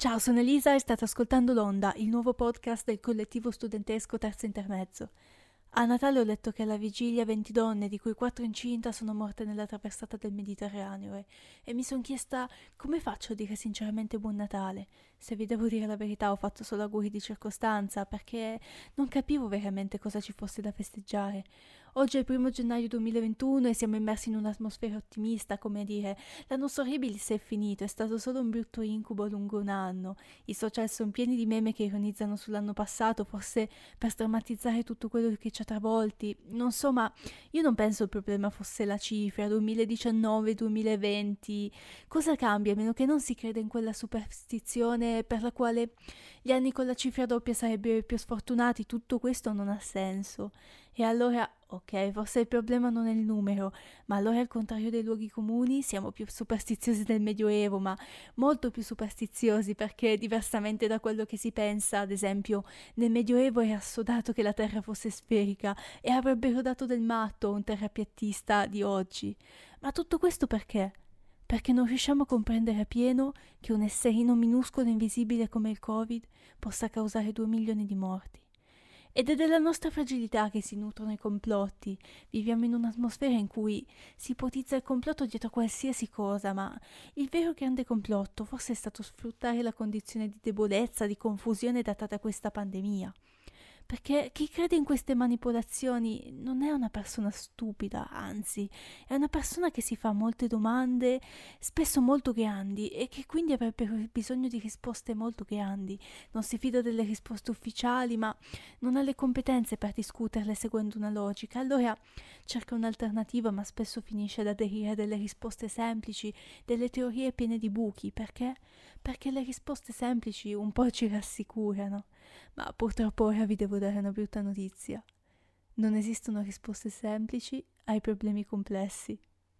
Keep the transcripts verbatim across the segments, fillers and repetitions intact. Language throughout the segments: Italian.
Ciao, sono Elisa e state ascoltando L'Onda, il nuovo podcast del collettivo studentesco Terzo Intermezzo. A Natale ho letto che alla vigilia venti donne, di cui quattro incinta, sono morte nella traversata del Mediterraneo e, e mi sono chiesta come faccio a dire sinceramente buon Natale. Se vi devo dire la verità ho fatto solo auguri di circostanza perché non capivo veramente cosa ci fosse da festeggiare. Oggi è il primo gennaio duemilaventuno e siamo immersi in un'atmosfera ottimista, come a dire l'anno horribilis è finito, è stato solo un brutto incubo lungo un anno. I social sono pieni di meme che ironizzano sull'anno passato, forse per strammatizzare tutto quello che ci ha travolti. Non so, ma io non penso il problema fosse la cifra, duemiladiciannove duemilaventi. Cosa cambia a meno che non si creda in quella superstizione per la quale gli anni con la cifra doppia sarebbero i più sfortunati? Tutto questo non ha senso. E allora, ok, forse il problema non è il numero, ma allora al contrario dei luoghi comuni siamo più superstiziosi del Medioevo, ma molto più superstiziosi perché diversamente da quello che si pensa, ad esempio, nel Medioevo era assodato che la Terra fosse sferica e avrebbero dato del matto a un terrapiattista di oggi. Ma tutto questo perché? Perché non riusciamo a comprendere appieno che un esserino minuscolo e invisibile come il Covid possa causare due milioni di morti. Ed è della nostra fragilità che si nutrono i complotti. Viviamo in un'atmosfera in cui si ipotizza il complotto dietro qualsiasi cosa, ma il vero grande complotto forse è stato sfruttare la condizione di debolezza, di confusione data da questa pandemia. Perché chi crede in queste manipolazioni non è una persona stupida, anzi, è una persona che si fa molte domande, spesso molto grandi, e che quindi avrebbero bisogno di risposte molto grandi. Non si fida delle risposte ufficiali, ma non ha le competenze per discuterle seguendo una logica. Allora cerca un'alternativa, ma spesso finisce ad aderire a delle risposte semplici, delle teorie piene di buchi. Perché? Perché le risposte semplici un po' ci rassicurano. Ma purtroppo ora vi devo dare una brutta notizia. Non esistono risposte semplici ai problemi complessi.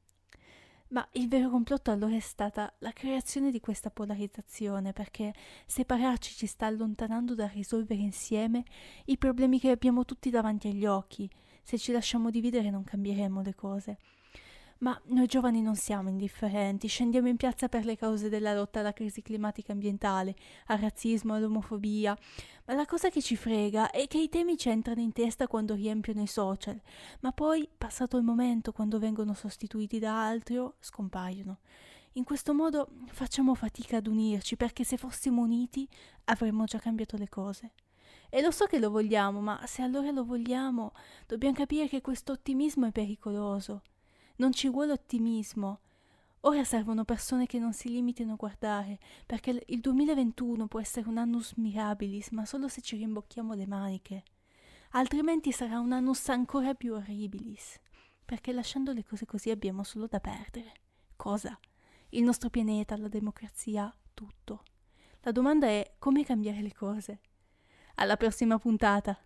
Ma il vero complotto allora è stata la creazione di questa polarizzazione, perché separarci ci sta allontanando dal risolvere insieme i problemi che abbiamo tutti davanti agli occhi. Se ci lasciamo dividere non cambieremo le cose. Ma noi giovani non siamo indifferenti, scendiamo in piazza per le cause della lotta alla crisi climatica e ambientale, al razzismo, all'omofobia. Ma la cosa che ci frega è che i temi ci entrano in testa quando riempiono i social, ma poi, passato il momento, quando vengono sostituiti da altro, scompaiono. In questo modo facciamo fatica ad unirci, perché se fossimo uniti avremmo già cambiato le cose. E lo so che lo vogliamo, ma se allora lo vogliamo, dobbiamo capire che questo ottimismo è pericoloso. Non ci vuole ottimismo. Ora servono persone che non si limitino a guardare, perché il duemilaventuno può essere un annus mirabilis, ma solo se ci rimbocchiamo le maniche. Altrimenti sarà un annus ancora più horribilis, perché lasciando le cose così abbiamo solo da perdere. Cosa? Il nostro pianeta, la democrazia, tutto. La domanda è come cambiare le cose. Alla prossima puntata!